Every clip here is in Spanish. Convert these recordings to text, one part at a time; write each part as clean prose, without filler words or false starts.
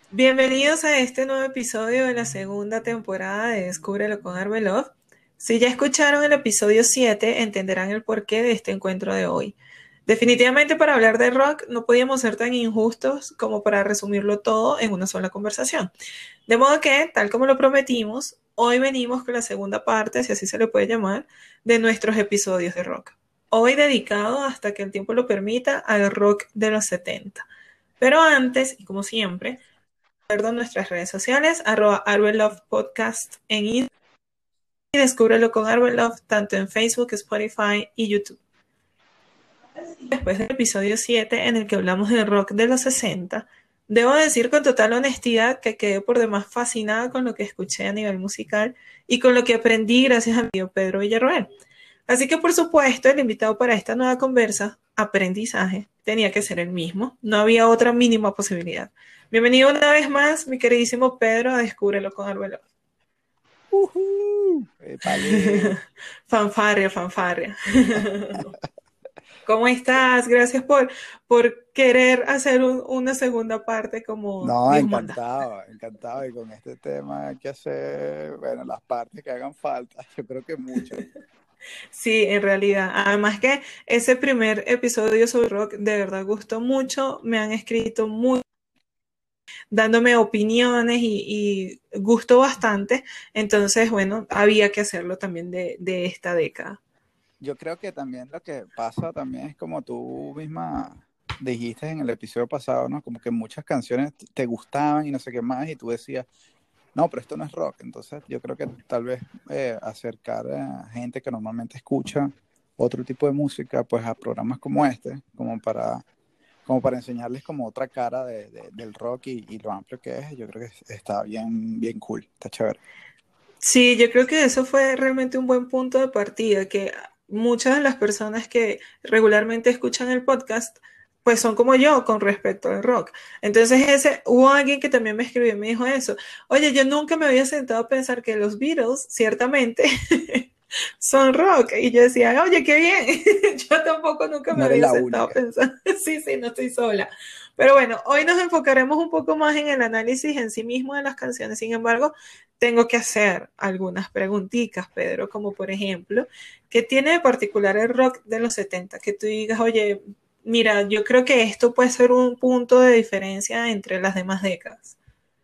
Bienvenidos a este nuevo episodio de la segunda temporada de Descúbrelo con Arbelov. Si ya escucharon el episodio 7, entenderán el porqué de este encuentro de hoy. Definitivamente para hablar de rock no podíamos ser tan injustos como para resumirlo todo en una sola conversación. De modo que, tal como lo prometimos, hoy venimos con la segunda parte, si así se le puede llamar, de nuestros episodios de rock. Hoy dedicado, hasta que el tiempo lo permita, al rock de los 70. Pero antes, y como siempre, recuerdo nuestras redes sociales, @Arbelove Podcast en Instagram y descúbrelo con Arbelove tanto en Facebook, Spotify y YouTube. Después del episodio 7 en el que hablamos del rock de los 60, debo decir con total honestidad que quedé por demás fascinada con lo que escuché a nivel musical y con lo que aprendí gracias a mi amigo Pedro Villarroel. Así que por supuesto el invitado para esta nueva conversa, aprendizaje, tenía que ser el mismo, no había otra mínima posibilidad. Bienvenido una vez más, mi queridísimo Pedro, a Descúbrelo con Arbelo. Épale. Fanfarria, fanfarria. ¿Cómo estás? Gracias por querer hacer una segunda parte como No, Dios manda. encantado, encantado. Y con este tema hay que hacer, bueno, las partes que hagan falta. Yo creo que muchas. Sí, en realidad. Además que ese primer episodio sobre rock de verdad gustó mucho. Me han escrito mucho dándome opiniones y gustó bastante. Entonces, bueno, había que hacerlo también de esta década. Yo creo que también lo que pasa también es como tú misma dijiste en el episodio pasado, ¿no? Como que muchas canciones te gustaban y no sé qué más, y tú decías, no, pero esto no es rock. Entonces, yo creo que tal vez acercar a gente que normalmente escucha otro tipo de música, pues a programas como este, como para enseñarles como otra cara del rock y lo amplio que es. Yo creo que está bien, bien cool, está chévere. Sí, yo creo que eso fue realmente un buen punto de partida, que muchas de las personas que regularmente escuchan el podcast, pues son como yo con respecto al rock. Entonces hubo alguien que también me escribió y me dijo eso. Oye, yo nunca me había sentado a pensar que los Beatles, ciertamente, son rock. Y yo decía, oye, qué bien. Yo tampoco nunca me No eres había la sentado a única. pensar. Sí, sí, no estoy sola. Pero bueno, hoy nos enfocaremos un poco más en el análisis en sí mismo de las canciones. Sin embargo, tengo que hacer algunas preguntitas, Pedro, como por ejemplo, ¿qué tiene de particular el rock de los 70? Que tú digas, oye, mira, yo creo que esto puede ser un punto de diferencia entre las demás décadas.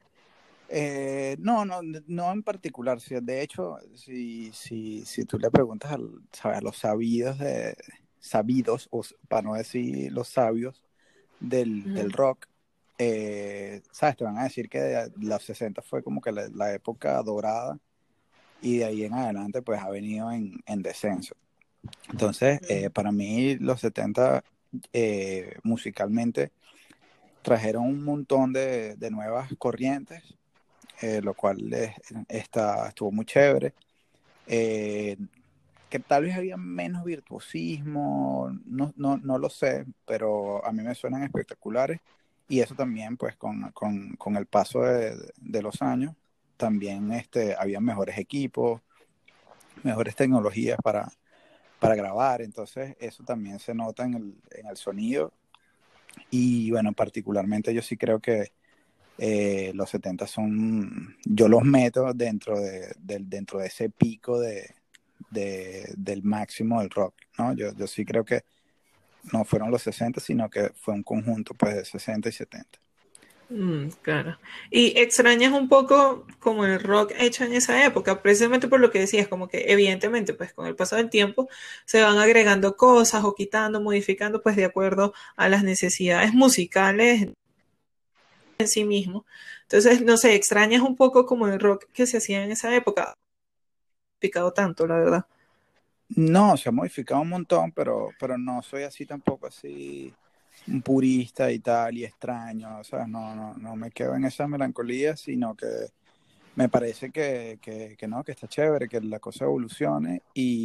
No en particular. De hecho, si tú le preguntas ¿sabes? A los sabidos, para no decir los sabios del Ujú. rock, ¿sabes? Te van a decir que de los 60 fue como que la época dorada, y de ahí en adelante pues ha venido en descenso. Entonces, para mí los 70 musicalmente trajeron un montón de nuevas corrientes, lo cual estuvo muy chévere. Eh, que tal vez había menos virtuosismo, no lo sé, pero a mí me suenan espectaculares, y eso también pues con el paso de los años, también había mejores equipos, mejores tecnologías para grabar. Entonces eso también se nota en el sonido. Y bueno, particularmente yo sí creo que los 70 yo los meto dentro de ese pico del máximo del rock, ¿no? Yo sí creo que no fueron los 60, sino que fue un conjunto pues de 60 y 70. Claro. Y extrañas un poco como el rock hecho en esa época, precisamente por lo que decías, como que evidentemente, pues con el paso del tiempo se van agregando cosas o quitando, modificando, pues de acuerdo a las necesidades musicales en sí mismo. Entonces, no sé, extrañas un poco como el rock que se hacía en esa época, picado tanto, la verdad. No, se ha modificado un montón, pero no soy así tampoco, así un purista y tal, y extraño, o sea, no me quedo en esa melancolía, sino que me parece que no, que está chévere, que la cosa evolucione.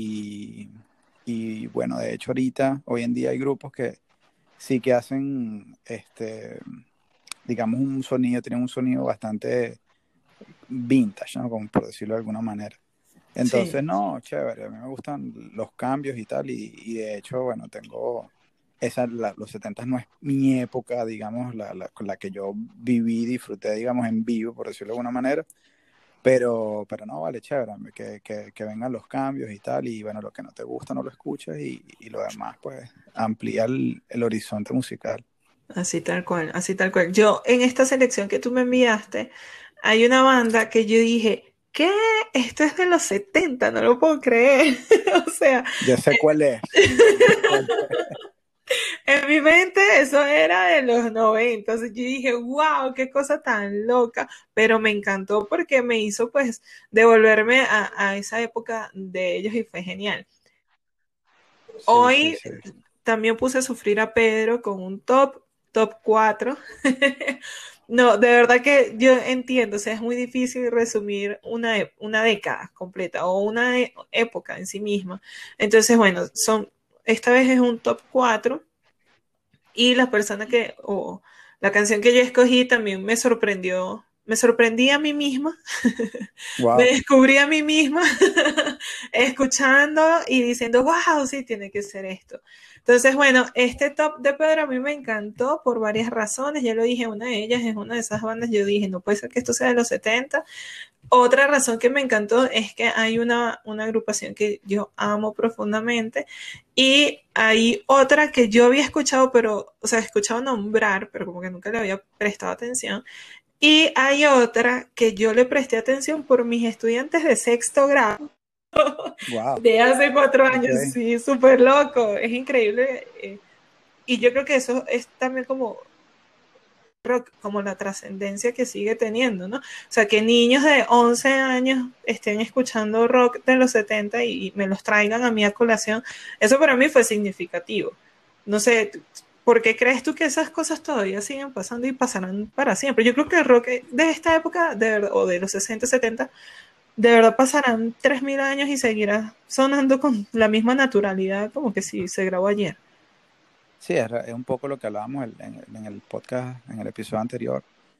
Y bueno, de hecho ahorita, hoy en día hay grupos que sí que hacen, digamos, tienen un sonido bastante vintage, ¿no? Como por decirlo de alguna manera. Sí. Entonces, no, chévere, a mí me gustan los cambios y tal, y de hecho, bueno, tengo los 70 no es mi época, digamos, con la que yo viví, disfruté, digamos, en vivo, por decirlo de alguna manera. Pero no, vale, chévere, que vengan los cambios y tal, y bueno, lo que no te gusta no lo escuchas y lo demás, pues, amplía el horizonte musical. Así tal cual, así tal cual. Yo en esta selección que tú me enviaste, hay una banda que yo dije, ¿qué? Esto es de los 70, no lo puedo creer. O sea, Ya sé cuál es, ya sé cuál es. en mi mente eso era de los 90. Entonces yo dije, wow, qué cosa tan loca. Pero me encantó porque me hizo pues devolverme a esa época de ellos y fue genial. Sí, sí, Hoy sí. también puse a sufrir a Pedro con un top 4. No, de verdad que yo entiendo, o sea, es muy difícil resumir una década completa o una época en sí misma. Entonces, bueno, esta vez es un top 4 y la persona o la canción que yo escogí también me sorprendí a mí misma, me Wow. descubrí a mí misma escuchando y diciendo, wow, sí, tiene que ser esto. Entonces, bueno, este top de Pedro a mí me encantó por varias razones, ya lo dije, una de ellas es una de esas bandas, yo dije, no puede ser que esto sea de los 70. Otra razón que me encantó es que hay una agrupación que yo amo profundamente y hay otra que yo había escuchado, pero, o sea, he escuchado nombrar, pero como que nunca le había prestado atención. Y hay otra que yo le presté atención por mis estudiantes de sexto grado Wow. de hace 4 años. Ok. Sí, súper loco, es increíble. Y yo creo que eso es también como rock, como la trascendencia que sigue teniendo, ¿no? O sea, que niños de 11 años estén escuchando rock de los 70 y me los traigan a mi a colación, eso para mí fue significativo. No sé, ¿por qué crees tú que esas cosas todavía siguen pasando y pasarán para siempre? Yo creo que el rock de esta época, de verdad, o de los 60, 70, de verdad pasarán 3000 años y seguirá sonando con la misma naturalidad como que si se grabó ayer. Sí, es un poco lo que hablábamos en el podcast, en el episodio anterior,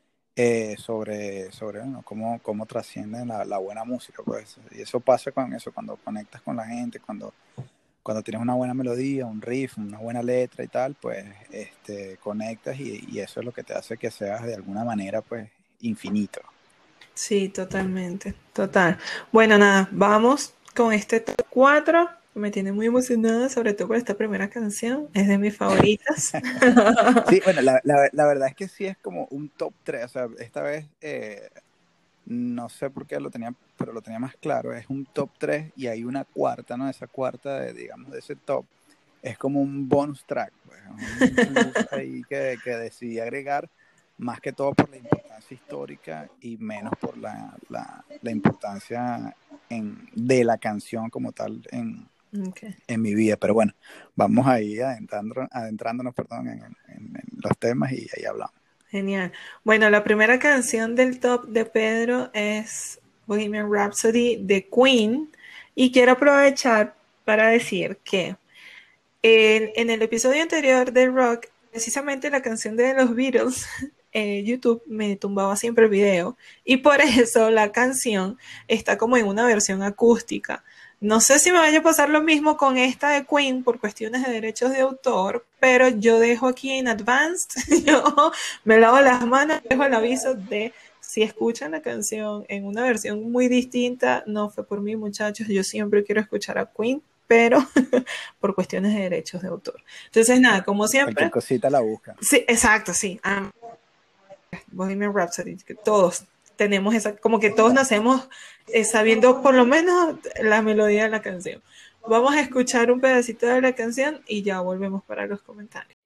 sobre bueno, cómo trasciende la buena música, pues. Y eso pasa con eso, cuando conectas con la gente, cuando tienes una buena melodía, un riff, una buena letra y tal, pues conectas y eso es lo que te hace que seas de alguna manera, pues, infinito. Sí, totalmente, total. Bueno, nada, vamos con este top 4. Me tiene muy emocionada, sobre todo por esta primera canción. Es de mis favoritas. Sí, bueno, la verdad es que sí es como un top 3. O sea, esta vez no sé por qué lo tenía, pero lo tenía más claro, es un top 3 y hay una cuarta, ¿no? Esa cuarta, digamos, de ese top, es como un bonus track, pues, un plus ahí que decidí agregar, más que todo por la importancia histórica y menos por la importancia de la canción como tal Okay. en mi vida. Pero bueno, vamos ahí adentrándonos, perdón, en los temas y ahí hablamos. Genial. Bueno, la primera canción del top de Pedro es Bohemian Rhapsody de Queen. Y quiero aprovechar para decir que en el episodio anterior de Rock, precisamente la canción de los Beatles, YouTube me tumbaba siempre el video y por eso la canción está como en una versión acústica. No sé si me vaya a pasar lo mismo con esta de Queen por cuestiones de derechos de autor, pero yo dejo aquí en Advanced, yo me lavo las manos, dejo el aviso de si escuchan la canción en una versión muy distinta, no fue por mí, muchachos, yo siempre quiero escuchar a Queen, pero por cuestiones de derechos de autor. Entonces, nada, como Cualquier siempre, cosita la buscan. sí, exacto, sí. Bohemian Rhapsody, que todos tenemos esa, como que todos nacemos sabiendo por lo menos la melodía de la canción. Vamos a escuchar un pedacito de la canción y ya volvemos para los comentarios.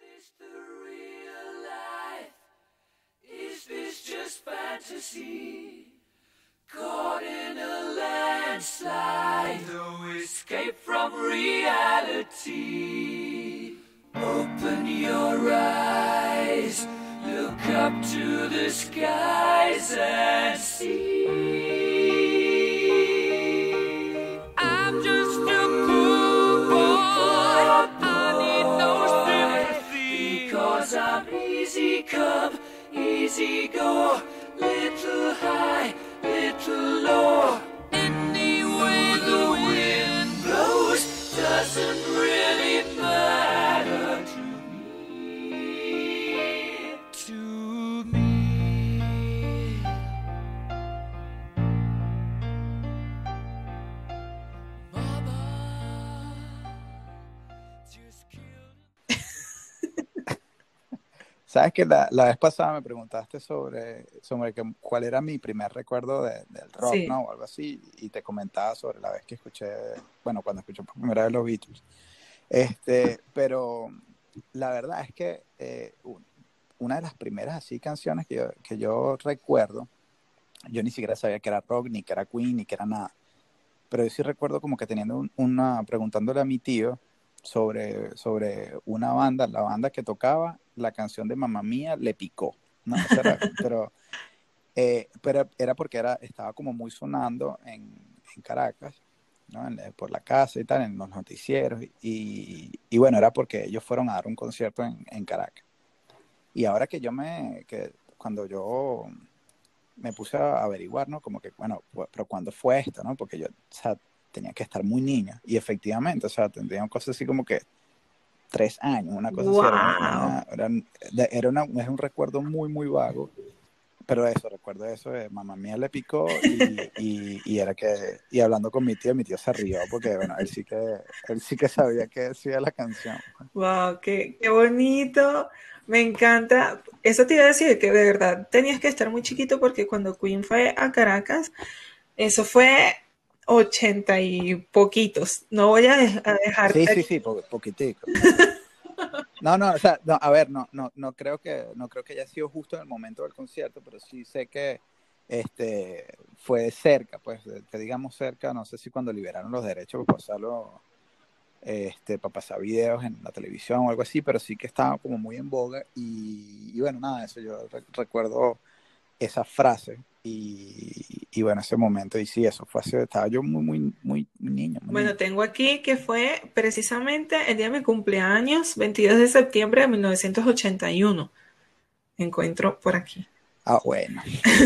Is this just fantasy? Caught in a landslide, no escape from reality. Open your eyes, look up to the skies and see. I'm just a poor boy, I need no sympathy, because I'm easy come, easy go, little high, little low. Any way the wind blows doesn't really matter Sabes que la vez pasada me preguntaste sobre cuál era mi primer recuerdo del rock, Sí. ¿no? O algo así, y te comentaba sobre la vez que escuché, bueno, cuando escuché por primera vez los Beatles. Pero la verdad es que una de las primeras así canciones que yo recuerdo, yo ni siquiera sabía que era rock, ni que era Queen, ni que era nada. Pero yo sí recuerdo como que teniendo preguntándole a mi tío sobre una banda, la banda que tocaba la canción de Mamma Mía le picó, ¿no? Esa era, pero era porque estaba como muy sonando en Caracas, ¿no? Por la casa y tal, en los noticieros, y bueno, era porque ellos fueron a dar un concierto en Caracas. Y ahora que cuando yo me puse a averiguar, ¿no? Como que, bueno, pero ¿cuándo fue esto, no? Porque yo, o sea, tenía que estar muy niña. Y efectivamente, o sea, tendría cosas así como que 3 años, una cosa así, Wow. es un recuerdo muy, muy vago. Pero eso, recuerdo eso de mamá mía le picó y era que, y hablando con mi tío se rió porque, bueno, él sí que sabía qué decía la canción. Wow, qué bonito. Me encanta. Eso te iba a decir que de verdad tenías que estar muy chiquito porque cuando Queen fue a Caracas, eso fue 80 y poquitos. No voy a Sí, dejarte sí, aquí. sí, poquitico. No, no, o sea, no, a ver, no creo que haya sido justo en el momento del concierto, pero sí sé que fue cerca, pues, que digamos cerca, no sé si cuando liberaron los derechos para pasarlo, para pasar videos en la televisión o algo así, pero sí que estaba como muy en boga y bueno, nada, eso yo recuerdo esa frase y bueno, ese momento, y sí, eso fue hace, estaba yo muy, muy, muy niño, muy Bueno, niño. tengo aquí que fue precisamente el día de mi cumpleaños, 22 de septiembre de 1981. Encuentro por aquí. Ah, bueno,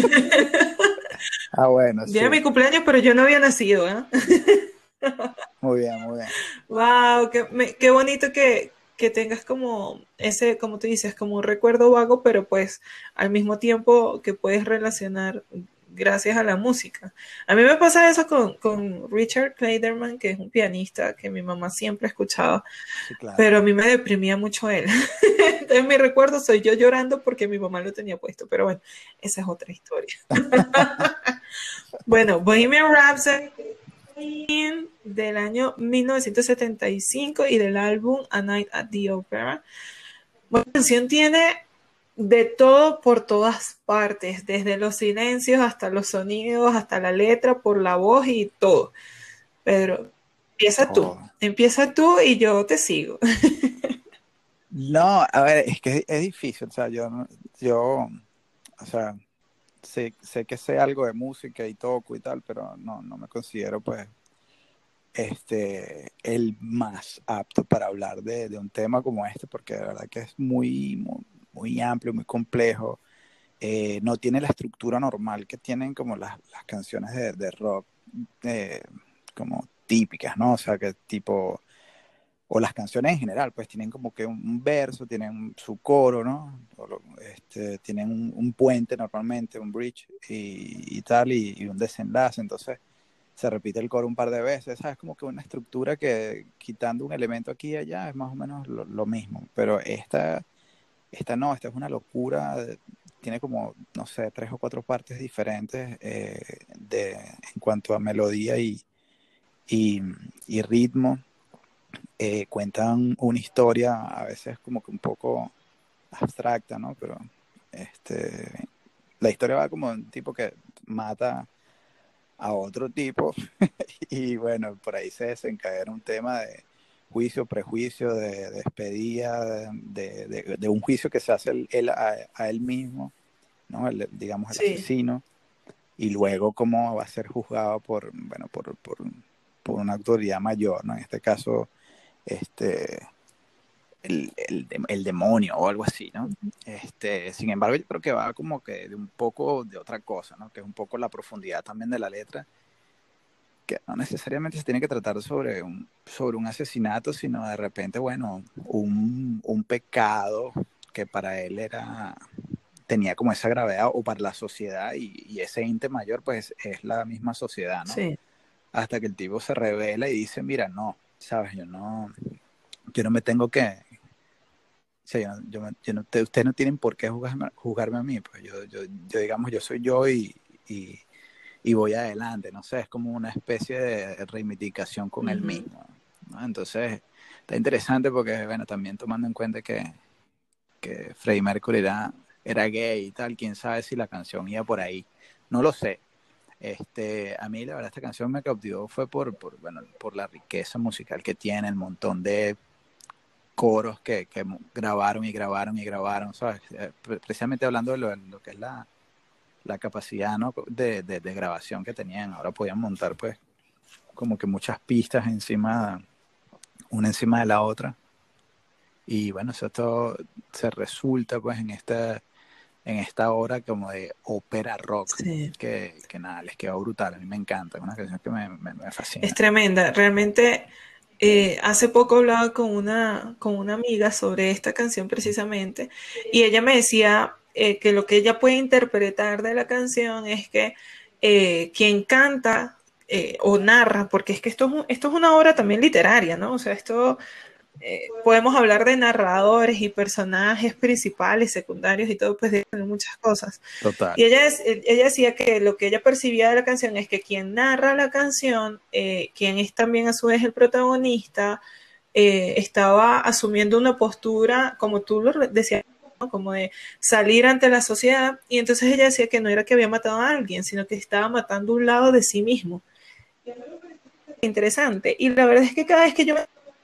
ah, bueno, Día de sí, mi cumpleaños, pero yo no había nacido, ¿eh? muy bien, muy bien. Wow, qué bonito que tengas como ese, como tú dices, como un recuerdo vago, pero pues al mismo tiempo que puedes relacionar gracias a la música. A mí me pasa eso con Richard Clayderman, que es un pianista que mi mamá siempre escuchaba, Sí, claro. pero a mí me deprimía mucho él. Entonces mi recuerdo soy yo llorando porque mi mamá lo tenía puesto, pero bueno, esa es otra historia. Bueno, Bohemian Rhapsody del año 1975 y del álbum A Night at the Opera. Bueno, la canción tiene de todo por todas partes, desde los silencios hasta los sonidos, hasta la letra, por la voz y todo. Pedro, Oh. empieza tú y yo te sigo. No, a ver, es que es difícil, o sea, o sea, sé que sé algo de música y toco y tal, pero no me considero, pues, el más apto para hablar de un tema como este, porque de verdad que es muy, muy, muy amplio, muy complejo. No tiene la estructura normal que tienen como las canciones de rock, eh, como típicas, ¿no? O sea, que tipo o las canciones en general, pues tienen como que un verso, tienen su coro, ¿no? Tienen un puente normalmente, un bridge y tal, y un desenlace, entonces se repite el coro un par de veces, ¿sabes? Como que una estructura que quitando un elemento aquí y allá es más o menos lo mismo, pero esta no, esta es una locura, tiene como, no sé, 3 o 4 partes diferentes en cuanto a melodía y, y ritmo, cuentan una historia a veces como que un poco abstracta, ¿no? Pero la historia va como de un tipo que mata a otro tipo y bueno, por ahí se desencadena un tema de juicio, prejuicio, de despedida, de un juicio que se hace a él mismo, ¿no? Digamos el Sí. asesino, y luego cómo va a ser juzgado bueno, por una autoridad mayor, ¿no? En este caso, este, el demonio o algo así, ¿no? Sin embargo, yo creo que va como que de un poco de otra cosa, ¿no? Que es un poco la profundidad también de la letra, que no necesariamente se tiene que tratar sobre un asesinato, sino de repente, bueno, un pecado que para él tenía como esa gravedad, o para la sociedad, y ese ente mayor, pues es la misma sociedad, ¿no? Sí. Hasta que el tipo se revela y dice, mira, no, sabes, yo no me tengo sea, ustedes no tienen por qué juzgarme a mí, pues yo digamos, yo soy yo y, y voy adelante, no sé, es como una especie de reivindicación con él mismo, ¿no? Entonces, está interesante porque, bueno, también tomando en cuenta que Freddie Mercury era gay y tal, quién sabe si la canción iba por ahí, no lo sé. A mí la verdad esta canción me cautivó fue bueno, por la riqueza musical que tiene, el montón de coros que grabaron y grabaron y grabaron, ¿sabes? Precisamente hablando de lo que es la capacidad, ¿no? de grabación que tenían. Ahora podían montar pues como que muchas pistas una encima de la otra. Y bueno, eso todo se resulta pues en esta obra como de ópera rock, Sí. que nada, les quedó brutal. A mí me encanta, es una canción que me Es fascina. tremenda. Realmente, hace poco hablaba con una amiga sobre esta canción precisamente, y ella me decía que lo que ella puede interpretar de la canción es que quien canta o narra, porque es que esto es una obra también literaria, ¿no? O sea, esto podemos hablar de narradores y personajes principales, secundarios y todo, pues de muchas cosas. Total. Y ella decía que lo que ella percibía de la canción es que quien narra la canción, quien es también a su vez el protagonista, estaba asumiendo una postura, como tú lo decías, ¿no? Como de salir ante la sociedad, y entonces ella decía que no era que había matado a alguien, sino que estaba matando un lado de sí mismo. Interesante. Y la verdad es que cada vez que yo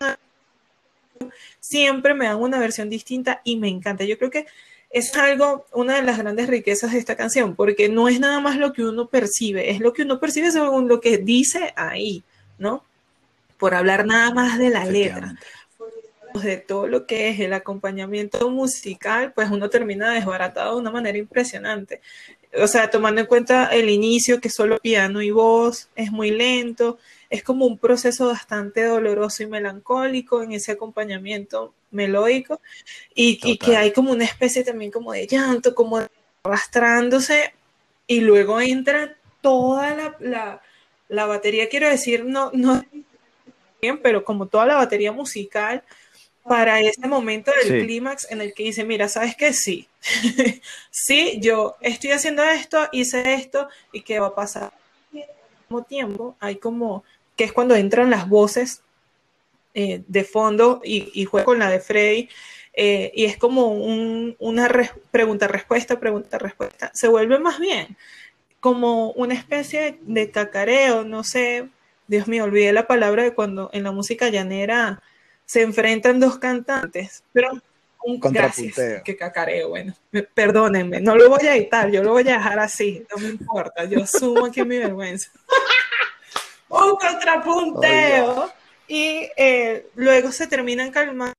siempre me dan una versión distinta y me encanta. Yo creo que es algo, una de las grandes riquezas de esta canción, porque no es nada más lo que uno percibe, es lo que uno percibe según lo que dice ahí, ¿no? Por hablar nada más de la letra, Efectivamente. de todo lo que es el acompañamiento musical, pues uno termina desbaratado de una manera impresionante. O sea, tomando en cuenta el inicio, que es solo piano y voz, es muy lento, es como un proceso bastante doloroso y melancólico en ese acompañamiento melódico, y que Total. hay como una especie también como de llanto, como de arrastrándose, y luego entra toda la batería, quiero decir, no bien, pero como toda la batería musical para ese momento del Sí, clímax en el que dice, mira, ¿sabes qué? Sí, sí, yo estoy haciendo esto, hice esto, y ¿qué va a pasar? Al mismo tiempo, hay como, que es cuando entran las voces de fondo y juega con la de Freddy, y es como una pregunta-respuesta, pregunta-respuesta, se vuelve más bien como una especie de cacareo, no sé, Dios mío, olvidé la palabra de cuando en la música llanera se enfrentan dos cantantes, pero gracias, contrapunteo. que cacareo, bueno, perdónenme, no lo voy a editar, yo lo voy a dejar así, no me importa, yo sumo aquí mi vergüenza. Un Oiga. contrapunteo, y luego se terminan calmando.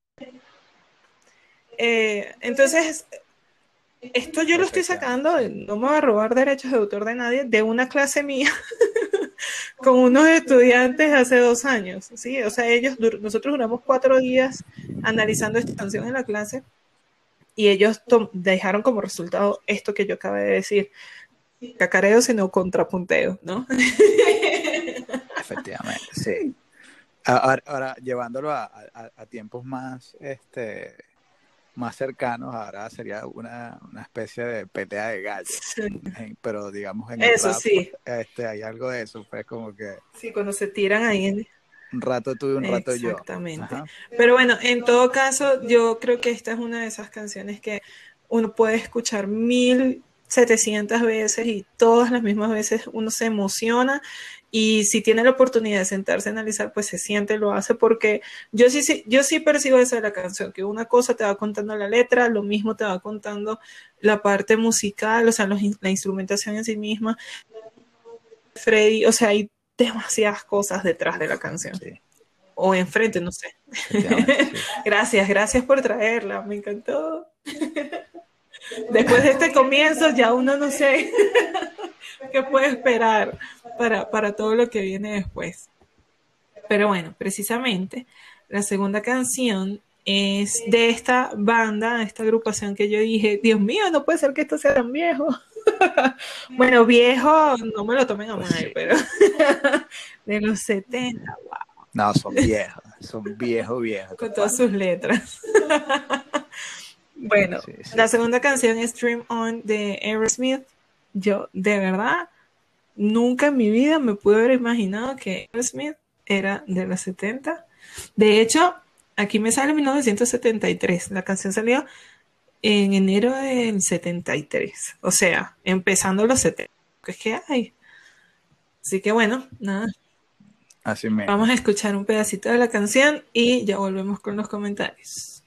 Entonces, esto yo lo estoy Efectivamente, sacando, sí. no me va a robar derechos de autor de nadie, de una clase mía con unos estudiantes hace 2 años, ¿sí? O sea, nosotros duramos 4 días analizando esta canción en la clase, y ellos dejaron como resultado esto que yo acabé de decir, cacareo sino contrapunteo, ¿no? Efectivamente, sí. Ahora llevándolo a tiempos más cercanos, ahora sería una especie de pelea de gallos. Sí. Pero digamos en el Eso rap, sí, hay algo de eso, pues como que sí, cuando se tiran ahí un rato tú y un rato yo. exactamente. Ajá. Pero bueno, en todo caso, yo creo que esta es una de esas canciones que uno puede escuchar 1700 veces, y todas las mismas veces uno se emociona, y si tiene la oportunidad de sentarse a analizar, pues se siente, lo hace, porque yo sí percibo eso de la canción, que una cosa te va contando la letra, lo mismo te va contando la parte musical, o sea, la instrumentación en sí misma, Freddy, o sea, hay demasiadas cosas detrás de la canción Sí, o enfrente, no sé. efectivamente, sí. Gracias por traerla, me encantó. Después de este comienzo ya uno no sé qué puede esperar para todo lo que viene después. Pero bueno, precisamente la segunda canción es de esta banda, esta agrupación que yo dije, Dios mío, no puede ser que esto sea tan viejo. Bueno, viejo, no me lo tomen a Pues mal, sí. pero de los 70, wow, No, son viejos, viejos, con todas totalmente. sus letras. Bueno, Sí, sí. la segunda canción es Dream On de Aerosmith. Yo, de verdad, nunca en mi vida me pude haber imaginado que Aerosmith era de los 70. De hecho, aquí me sale 1973. La canción salió en enero del 73. O sea, empezando los 70. ¿Qué es que hay? Así que bueno, nada. Así Vamos mismo. a escuchar un pedacito de la canción y ya volvemos con los comentarios.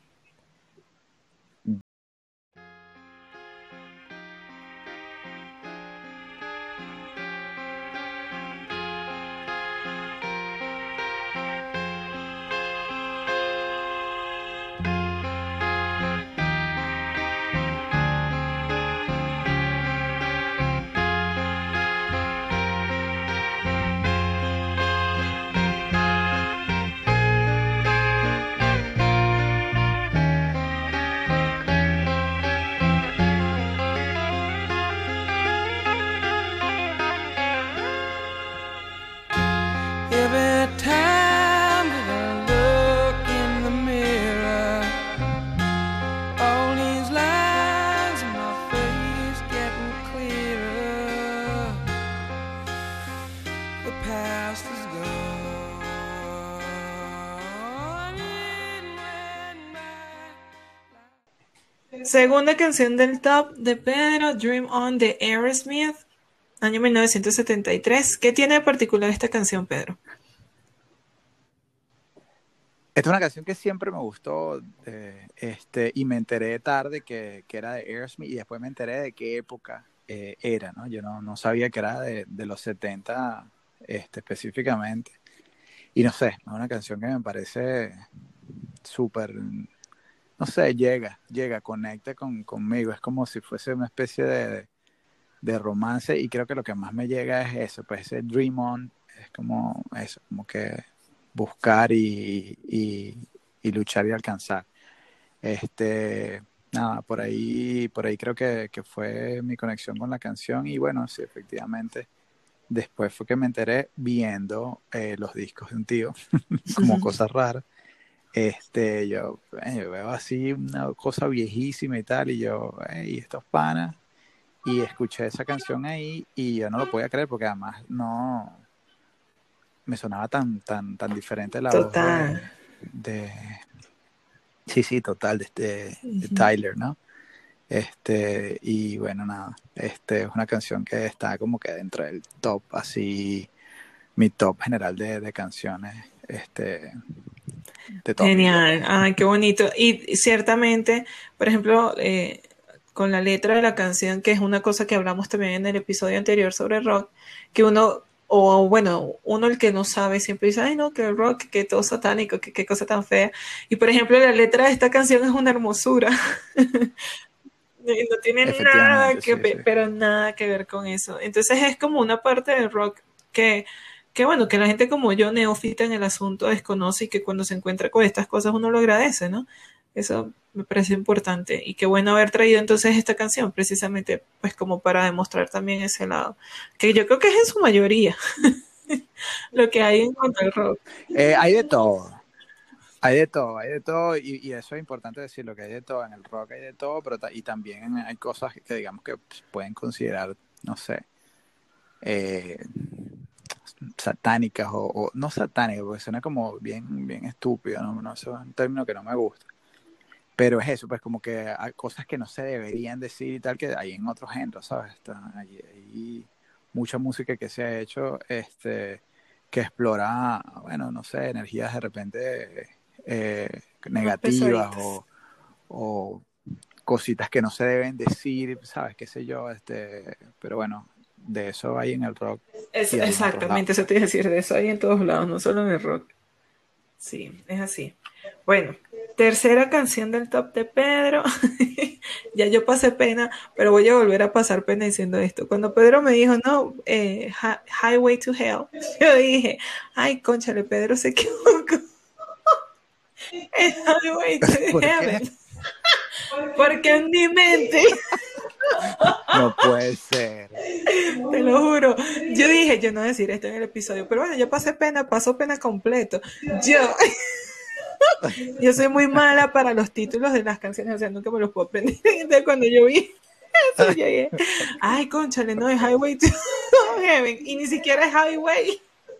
Every time that I look in the mirror, all these lines in my face getting clearer. The past is gone. It went by. Segunda canción del top de Pedro, Dream On de Aerosmith, año 1973. ¿Qué tiene de particular esta canción, Pedro? Esta es una canción que siempre me gustó y me enteré tarde que era de Aerosmith y después me enteré de qué época era, ¿no? Yo no sabía que era de los 70 específicamente. Y no sé, es una canción que me parece súper, no sé, conecta conmigo. Es como si fuese una especie de romance y creo que lo que más me llega es eso, pues ese Dream On, es como eso, como que buscar y luchar y alcanzar. Nada, por ahí creo que fue mi conexión con la canción y bueno, sí, efectivamente, después fue que me enteré viendo los discos de un tío, como cosas raras. Yo veo así una cosa viejísima y tal, y yo, hey, estos panas, y escuché esa canción ahí y yo no lo podía creer porque además no me sonaba tan diferente la voz Total. de sí, sí, total, de Tyler, ¿no? Y bueno, nada, es una canción que está como que dentro del top, así, mi top general de canciones, de toda mi vida, pues. Genial, ay, qué bonito. Y ciertamente, por ejemplo, con la letra de la canción, que es una cosa que hablamos también en el episodio anterior sobre rock, que uno, o bueno, uno el que no sabe siempre dice, ay no, que el rock, que todo satánico, que qué cosa tan fea. Y por ejemplo, la letra de esta canción es una hermosura. No tiene nada Efectivamente, que sí, sí. ver, pero nada que ver con eso. Entonces es como una parte del rock que, que bueno, que la gente como yo, neófita en el asunto, desconoce y que cuando se encuentra con estas cosas uno lo agradece, ¿no? Eso me parece importante y qué bueno haber traído entonces esta canción precisamente pues como para demostrar también ese lado, que yo creo que es en su mayoría lo que hay en cuanto al rock. Hay de todo. Hay de todo, y eso es importante decirlo, que hay de todo, en el rock hay de todo, pero y también hay cosas que digamos que pueden considerar, no sé, eh, satánicas no satánicas, porque suena como bien estúpido, ¿no? Eso es un término que no me gusta. Pero es eso, pues como que hay cosas que no se deberían decir y tal, que hay en otros géneros, ¿sabes? Hay mucha música que se ha hecho que explora, bueno, no sé, energías de repente Más negativas pesaditas. o cositas que no se deben decir, ¿sabes? Qué sé yo, pero bueno, de eso hay en el rock Es, y hay en otros lados, exactamente, eso pues. te iba a decir, de eso hay en todos lados, no solo en el rock. Sí, es así. Bueno, tercera canción del top de Pedro. Ya yo pasé pena, pero voy a volver a pasar pena diciendo esto. Cuando Pedro me dijo, no, Highway to Hell, yo dije, ay, cónchale, Pedro se equivocó. Es Highway to ¿Por qué? Heaven. Porque en mi mente, No puede ser. te lo juro, yo dije, yo no voy a decir esto en el episodio, pero bueno, yo pasé pena, paso pena completo. Yo Yo soy muy mala para los títulos de las canciones, o sea, nunca me los puedo aprender. Entonces, cuando yo vi eso, llegué, ay, cónchale, no, es Highway to Heaven, y ni siquiera es Highway.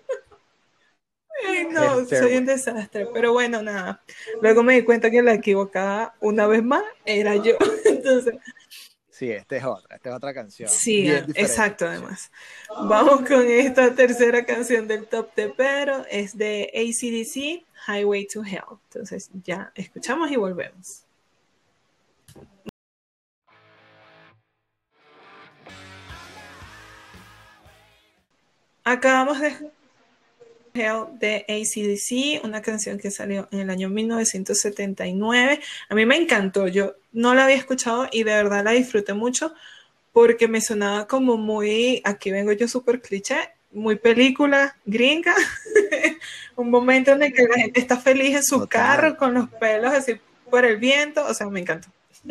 Ay, no, soy un desastre, pero bueno, nada. Luego me di cuenta que la equivocada una vez más era yo. Entonces, Sí, esta es otra canción, sí, bien diferente. exacto, además. Vamos con esta tercera canción del top de Pedro, es de AC/DC, Highway to Hell. Entonces, ya escuchamos y volvemos. Acabamos de Hell de AC/DC, una canción que salió en el año 1979. A mí me encantó, yo no la había escuchado y de verdad la disfruté mucho porque me sonaba como muy, aquí vengo yo súper cliché, muy película gringa, un momento en el que la gente está feliz en su Total. carro con los pelos así por el viento, o sea, me encantó.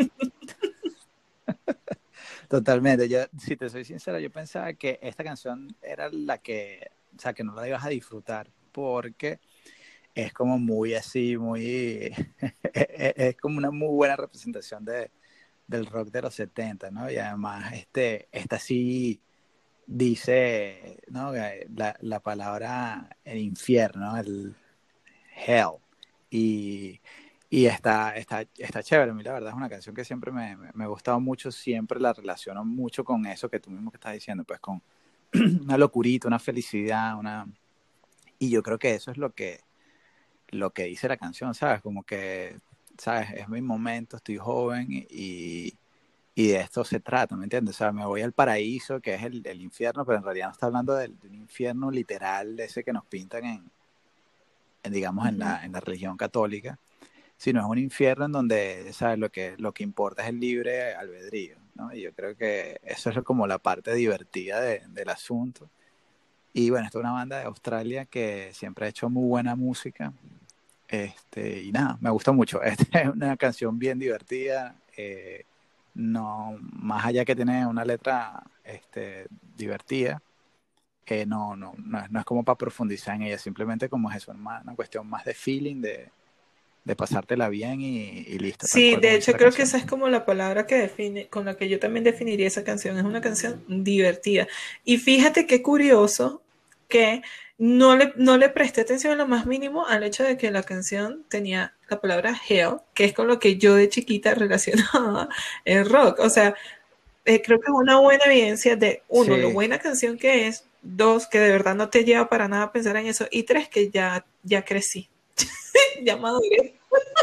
Totalmente. Yo, si te soy sincera, yo pensaba que esta canción era la que, o sea, que no la ibas a disfrutar porque es como muy así, muy, es como una muy buena representación del rock de los 70, ¿no? Y además, esta sí dice, ¿no? La palabra el infierno, el hell. Y, y está chévere. A mí la verdad es una canción que siempre me ha gustado mucho, siempre la relaciono mucho con eso que tú mismo que estás diciendo, pues con una locurita, una felicidad, y yo creo que eso es lo que dice la canción, ¿sabes? Como que, ¿sabes? Es mi momento, estoy joven y de esto se trata, ¿me entiendes? O sea, me voy al paraíso, que es el infierno, pero en realidad no está hablando de un infierno literal, de ese que nos pintan digamos, en la religión católica, sino es un infierno en donde, ¿sabes? Lo que importa es el libre albedrío, ¿no? Y yo creo que eso es como la parte divertida del asunto. Y bueno, esta es una banda de Australia que siempre ha hecho muy buena música. Y nada, me gusta mucho. Esta es una canción bien divertida. No, más allá que tiene una letra divertida, no es como para profundizar en ella, simplemente como es eso, una cuestión más de feeling, de pasártela bien y listo, tal Sí, cual de como dice hecho la creo que canción. esa es como la palabra que define, con la que yo también definiría esa canción. Es una canción divertida. Y fíjate qué curioso que no le presté atención en lo más mínimo al hecho de que la canción tenía la palabra hell, que es con lo que yo de chiquita relacionaba el rock. O sea, creo que es una buena evidencia de, uno, lo Sí, buena canción que es, dos, que de verdad no te lleva para nada a pensar en eso, y tres, que ya crecí, ya maduré.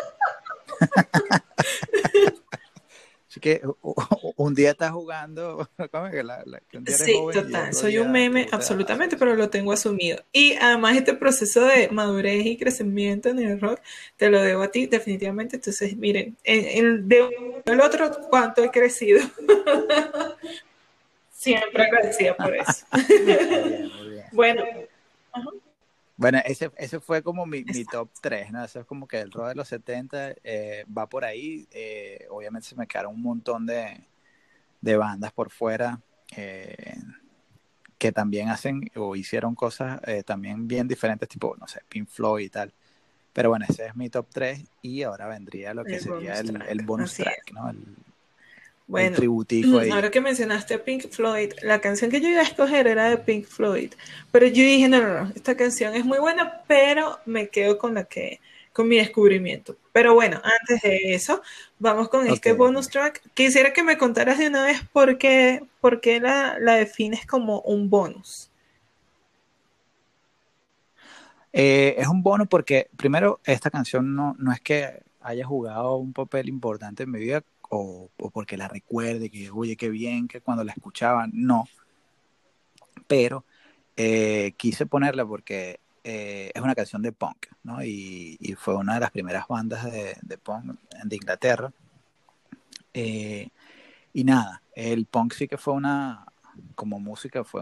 así que un día estás jugando, ¿cómo es que que un día eres Sí, joven y total, otro soy un día te meme gusta hacer absolutamente, eso. pero lo tengo asumido. Y además este proceso de madurez y crecimiento en el rock, te lo debo a ti definitivamente. Entonces, miren, de el otro, ¿cuánto he crecido? Siempre agradecida por eso. Muy bien, muy bien. Bueno, ajá, Bueno, ese fue como mi está. top 3, ¿no? Eso es como que el rock de los 70 va por ahí. Obviamente se me quedaron un montón de bandas por fuera que también hacen o hicieron cosas también bien diferentes, tipo, no sé, Pink Floyd y tal. Pero bueno, ese es mi top 3 y ahora vendría lo que El sería bonus el track, bonus así es. track, ¿no? El Bueno, tributico ahora ahí. que mencionaste a Pink Floyd, la canción que yo iba a escoger era de Pink Floyd, pero yo dije, no, esta canción es muy buena, pero me quedo con mi descubrimiento. Pero bueno, antes de eso, vamos con Ok, este bonus ok. track. Quisiera que me contaras de una vez por qué la defines como un bonus. Es un bono porque, primero, esta canción no es que haya jugado un papel importante en mi vida o porque la recuerde, que oye, qué bien, que cuando la escuchaba, no, pero quise ponerla porque es una canción de punk, ¿no? Y fue una de las primeras bandas de punk de Inglaterra. Eh, y nada, el punk sí que fue como música, fue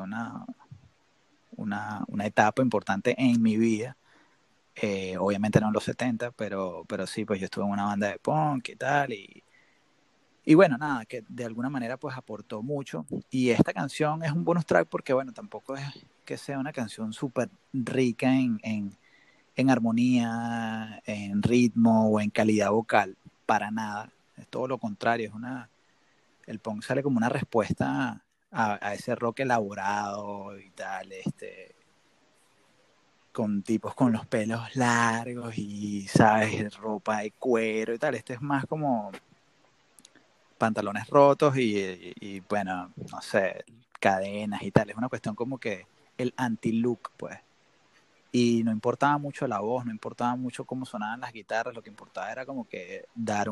una etapa importante en mi vida. Obviamente no en los 70, pero sí, pues yo estuve en una banda de punk y tal, y bueno, nada, que de alguna manera pues aportó mucho. Y esta canción es un bonus track porque, bueno, tampoco es que sea una canción súper rica en armonía, en ritmo o en calidad vocal, para nada. Es todo lo contrario, el punk sale como una respuesta a ese rock elaborado y tal, con tipos con los pelos largos y, ¿sabes?, ropa de cuero y tal. Este es más como pantalones rotos y bueno, no sé, cadenas y tal. Es una cuestión como que el anti-look, pues. Y no importaba mucho la voz, no importaba mucho cómo sonaban las guitarras, lo que importaba era como que dar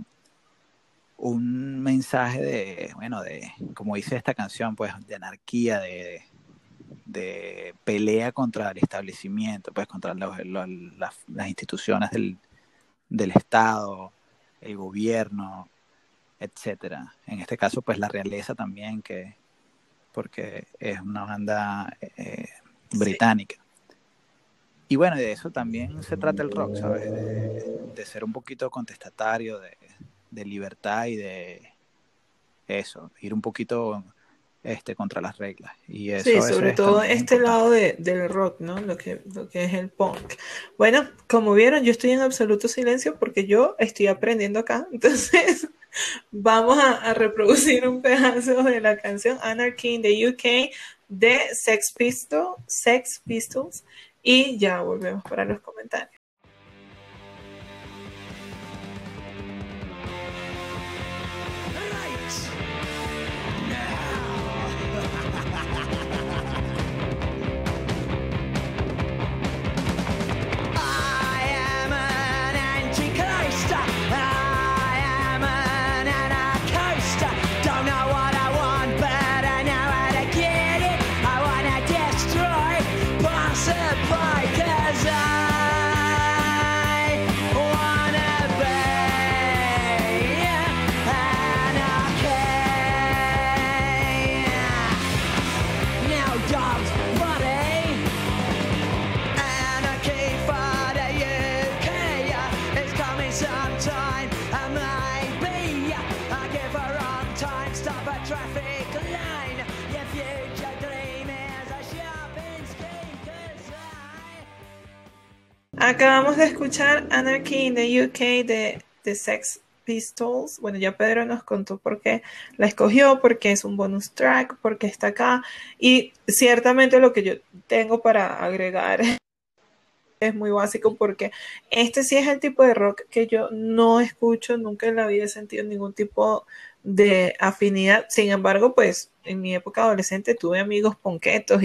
un mensaje como dice esta canción, pues, de anarquía, de pelea contra el establecimiento, pues, contra las instituciones del Estado, el gobierno, etcétera. En este caso, pues, la realeza también, porque es una banda británica. Y bueno, de eso también se trata el rock, ¿sabes? De ser un poquito contestatario, de libertad y de eso, ir un poquito contra las reglas. Y eso Sí, a veces sobre todo también es este importante. lado del rock, ¿no? Lo que es el punk. Bueno, como vieron, yo estoy en absoluto silencio porque yo estoy aprendiendo acá. Entonces, vamos a reproducir un pedazo de la canción Anarchy in the UK de Sex Pistols, y ya volvemos para los comentarios. Acabamos de escuchar Anarchy in the UK de Sex Pistols. Bueno, ya Pedro nos contó por qué la escogió, porque es un bonus track, porque está acá. Y ciertamente lo que yo tengo para agregar es muy básico, porque este sí es el tipo de rock que yo no escucho, nunca en la vida he sentido ningún tipo de afinidad. Sin embargo, pues en mi época adolescente tuve amigos ponquetos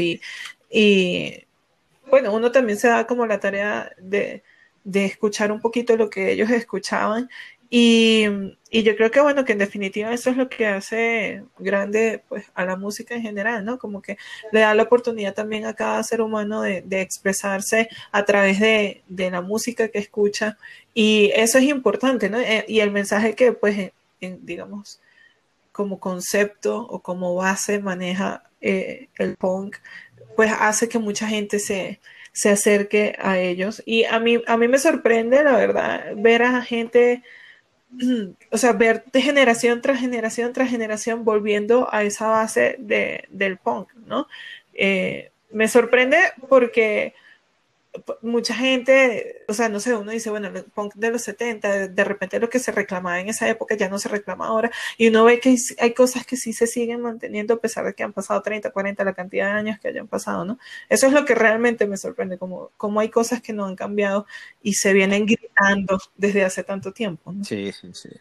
y bueno, uno también se da como la tarea de escuchar un poquito lo que ellos escuchaban, y yo creo que bueno, que en definitiva eso es lo que hace grande pues a la música en general, ¿no? Como que le da la oportunidad también a cada ser humano de expresarse a través de la música que escucha, y eso es importante, ¿no? Y el mensaje que pues digamos como concepto o como base maneja el punk, pues hace que mucha gente se acerque a ellos. Y a mí me sorprende, la verdad, ver a gente, o sea, ver de generación tras generación tras generación volviendo a esa base del punk, ¿no? Me sorprende porque mucha gente, o sea, no sé, uno dice, bueno, el punk de los 70, de repente lo que se reclamaba en esa época ya no se reclama ahora, y uno ve que hay cosas que sí se siguen manteniendo a pesar de que han pasado 30, 40, la cantidad de años que hayan pasado, ¿no? Eso es lo que realmente me sorprende, como hay cosas que no han cambiado y se vienen gritando desde hace tanto tiempo, ¿no? Sí, sí, sí.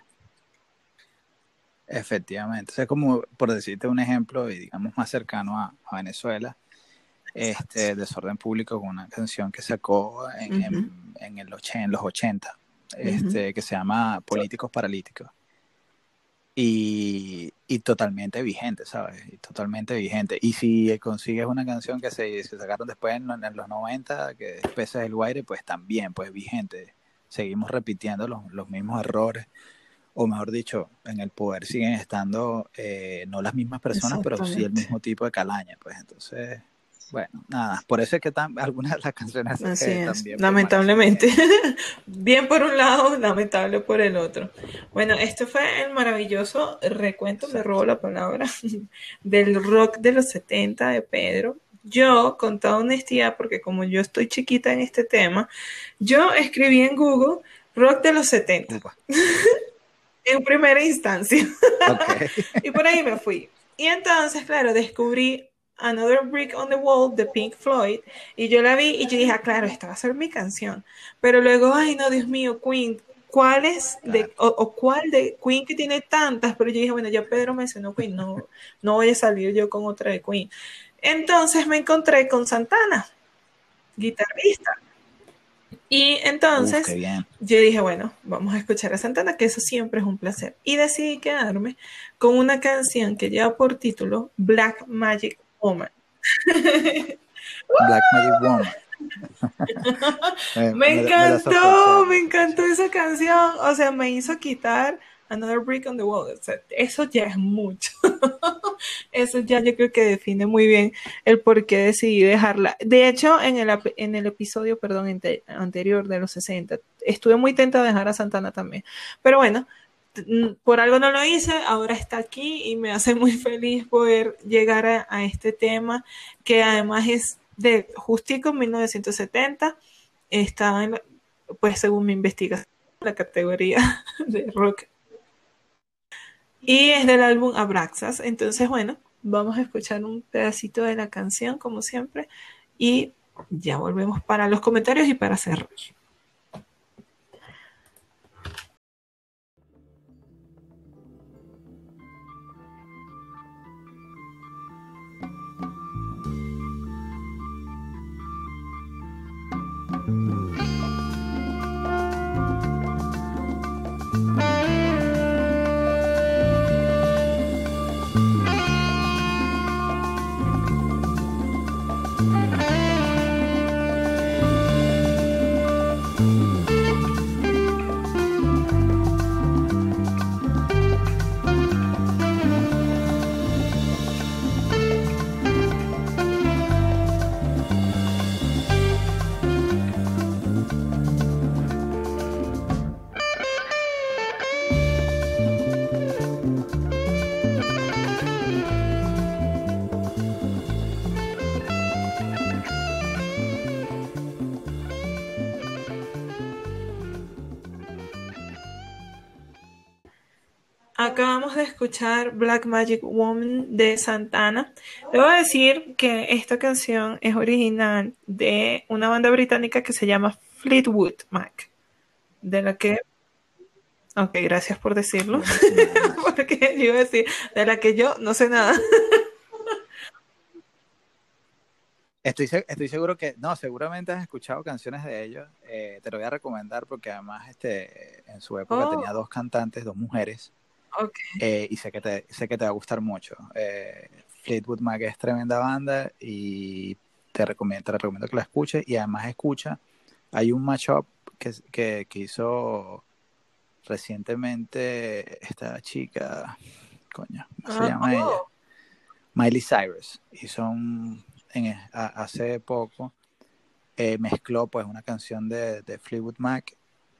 Efectivamente. O sea, como por decirte un ejemplo, y digamos más cercano a Venezuela, Desorden Público, con una canción que sacó en los 80, que se llama Políticos Paralíticos. Y totalmente vigente, ¿sabes? Y totalmente vigente. Y si consigues una canción que se sacaron después en los 90, que es Peces del Guaire, pues también, pues vigente. Seguimos repitiendo los mismos errores, o mejor dicho, en el poder siguen estando no las mismas personas, pero sí el mismo tipo de calaña, pues entonces... Bueno, nada, por eso es que algunas de las canciones así es, también lamentablemente. Bien por un lado, lamentable por el otro. Bueno, este fue el maravilloso recuento, me robo la palabra, del rock de los 70 de Pedro. yo, con toda honestidad, porque como yo estoy chiquita en este tema, yo escribí en Google rock de los 70 Upa. en primera instancia. Ok. Y por ahí me fui. Y entonces, claro, descubrí Another Brick on the Wall de Pink Floyd y yo la vi y yo dije, ah, claro, esta va a ser mi canción. Pero luego, ay, no, Dios mío, Queen, ¿cuál es Claro. o cuál de Queen que tiene tantas? Pero yo dije, bueno, ya Pedro mencionó Queen, no, no voy a salir yo con otra de Queen. Entonces me encontré con Santana, guitarrista. Y Uf, qué entonces bien. yo dije, bueno, vamos a escuchar a Santana, que eso siempre es un placer. Y decidí quedarme con una canción que lleva por título Black Magic Woman. Black Magic Woman. Me Me la encantó sospechaba. esa canción. O sea, me hizo quitar Another Brick on the Wall. O sea, eso ya es mucho. Eso ya yo creo que define muy bien el por qué decidí dejarla. De hecho, en el episodio, perdón, anterior de los 60, estuve muy tenta de dejar a Santana también. Pero bueno, por algo no lo hice, ahora está aquí y me hace muy feliz poder llegar a este tema que además es de justico 1970, está en, pues según mi investigación, la categoría de rock y es del álbum Abraxas. Entonces, bueno, vamos a escuchar un pedacito de la canción como siempre y ya volvemos para los comentarios y para cerrar. Acabamos de escuchar Black Magic Woman de Santana. Debo decir que esta canción es original de una banda británica que se llama Fleetwood Mac, de la que, ok, gracias por decirlo, Buenísimo, además. porque yo iba a decir, de la que yo no sé nada. Estoy seguro que, no, seguramente has escuchado canciones de ellos. Te lo voy a recomendar porque además en su época tenía Oh, dos cantantes, dos mujeres, ok. y sé que te va a gustar mucho. Fleetwood Mac es tremenda banda y te recomiendo que la escuches y además escucha, hay un mashup que hizo recientemente esta chica, coño, ¿cómo se llama ella? Oh. Miley Cyrus. Hace poco mezcló pues una canción de Fleetwood Mac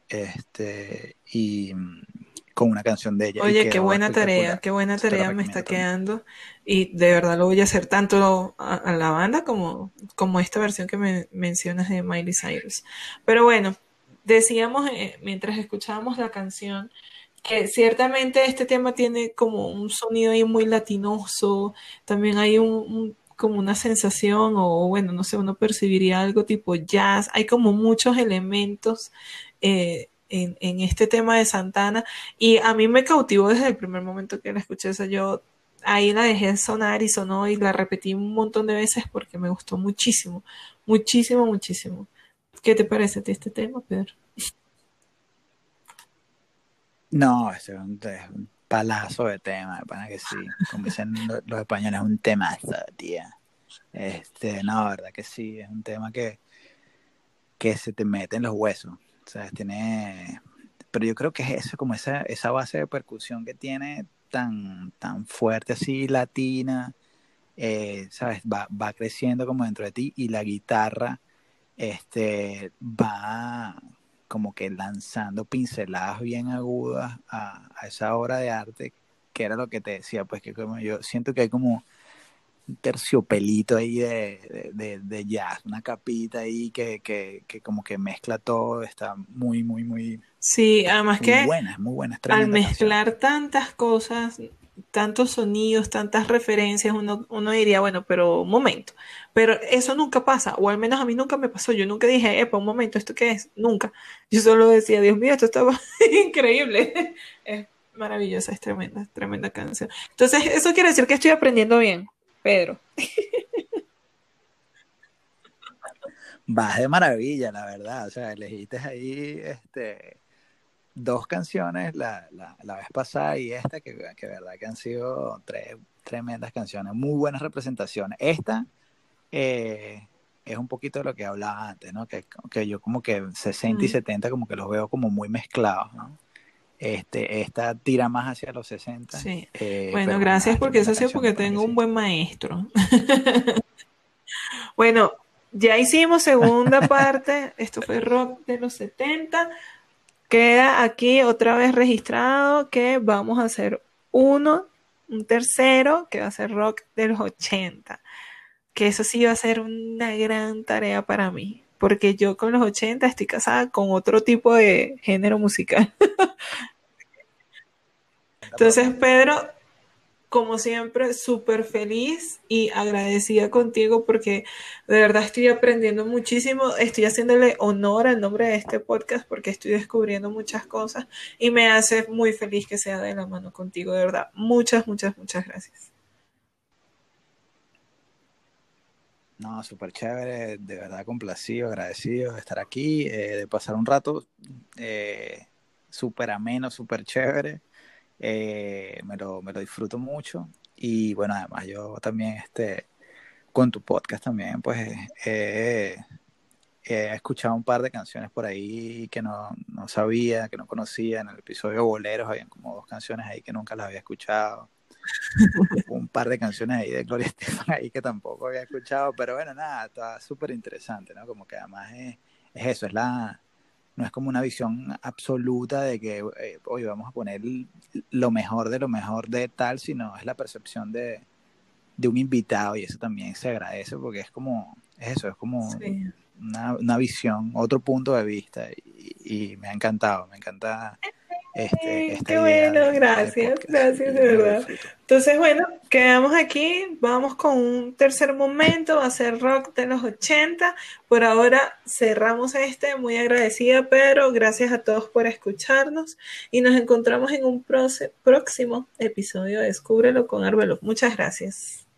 y con una canción de ella y Oye, quedó espectacular. qué buena Eso te lo tarea me está recomiendo también. quedando y de verdad lo voy a hacer tanto a la banda como esta versión que me mencionas de Miley Cyrus. Pero bueno, decíamos mientras escuchábamos la canción que ciertamente este tema tiene como un sonido ahí muy latinoso, también hay como una sensación o bueno, no sé, uno percibiría algo tipo jazz, hay como muchos elementos en este tema de Santana y a mí me cautivó desde el primer momento que la escuché, o sea, yo ahí la dejé sonar y sonó y la repetí un montón de veces porque me gustó muchísimo, muchísimo, muchísimo. ¿Qué te parece a ti este tema, Pedro? No, es un palazo de tema, de pana que sí. Como dicen los españoles, es un temazo, tía. No, la verdad que sí, es un tema que se te mete en los huesos. O sea, tiene. Pero yo creo que es eso, como esa base de percusión que tiene tan fuerte así, latina, ¿sabes? Va creciendo como dentro de ti y la guitarra va como que lanzando pinceladas bien agudas a esa obra de arte, que era lo que te decía, pues que como yo siento que hay como terciopelito ahí de jazz, una capita ahí que como que mezcla todo, está muy, Sí, además que es muy buena, es al tremenda canción. mezclar tantas cosas, tantos sonidos, tantas referencias, uno diría, bueno, pero un momento. Pero eso nunca pasa, o al menos a mí nunca me pasó. Yo nunca dije, un momento, ¿esto qué es? Nunca. Yo solo decía, Dios mío, esto estaba increíble. Es maravillosa, es tremenda, tremenda canción. Entonces, eso quiere decir que estoy aprendiendo bien, Pedro. Vas de maravilla, la verdad, o sea, elegiste ahí dos canciones la vez pasada y esta, que verdad que han sido tres tremendas canciones, muy buenas representaciones. Esta es un poquito de lo que hablaba antes, ¿no? Que yo como que 60 y 70 como que los veo como muy mezclados, ¿no? Esta tira más hacia los 60, Sí. Bueno, pero gracias nada, porque tremenda eso sí, canción de porque pana que tengo un sí. buen maestro. Bueno, ya hicimos segunda parte, esto fue rock de los 70. Queda aquí otra vez registrado que vamos a hacer un tercero, que va a ser rock de los 80. Que eso sí va a ser una gran tarea para mí, porque yo con los 80 estoy casada con otro tipo de género musical. Por Entonces, favor. Pedro, como siempre, súper feliz y agradecida contigo porque de verdad estoy aprendiendo muchísimo. Estoy haciéndole honor al nombre de este podcast porque estoy descubriendo muchas cosas y me hace muy feliz que sea de la mano contigo. De verdad, muchas gracias. No, súper chévere, de verdad complacido, agradecido de estar aquí, de pasar un rato súper ameno, súper chévere. Me lo disfruto mucho y bueno, además yo también con tu podcast también pues he escuchado un par de canciones por ahí que no sabía, que no conocía. En el episodio Boleros habían como dos canciones ahí que nunca las había escuchado, un par de canciones ahí de Gloria Estefan ahí que tampoco había escuchado, pero bueno, nada, está súper interesante, ¿no? Como que además es eso, no es como una visión absoluta de que hoy vamos a poner lo mejor de tal, sino es la percepción de un invitado y eso también se agradece porque es eso, es como Sí. una visión, otro punto de vista y me ha encantado, me encanta esta Qué idea bueno, de gracias, podcast gracias de y me lo verdad. disfruto. Entonces, bueno, quedamos aquí, vamos con un tercer momento, va a ser rock de los 80. Por ahora cerramos muy agradecida, pero gracias a todos por escucharnos y nos encontramos en un próximo episodio de Descúbrelo con Arbelo. Muchas gracias.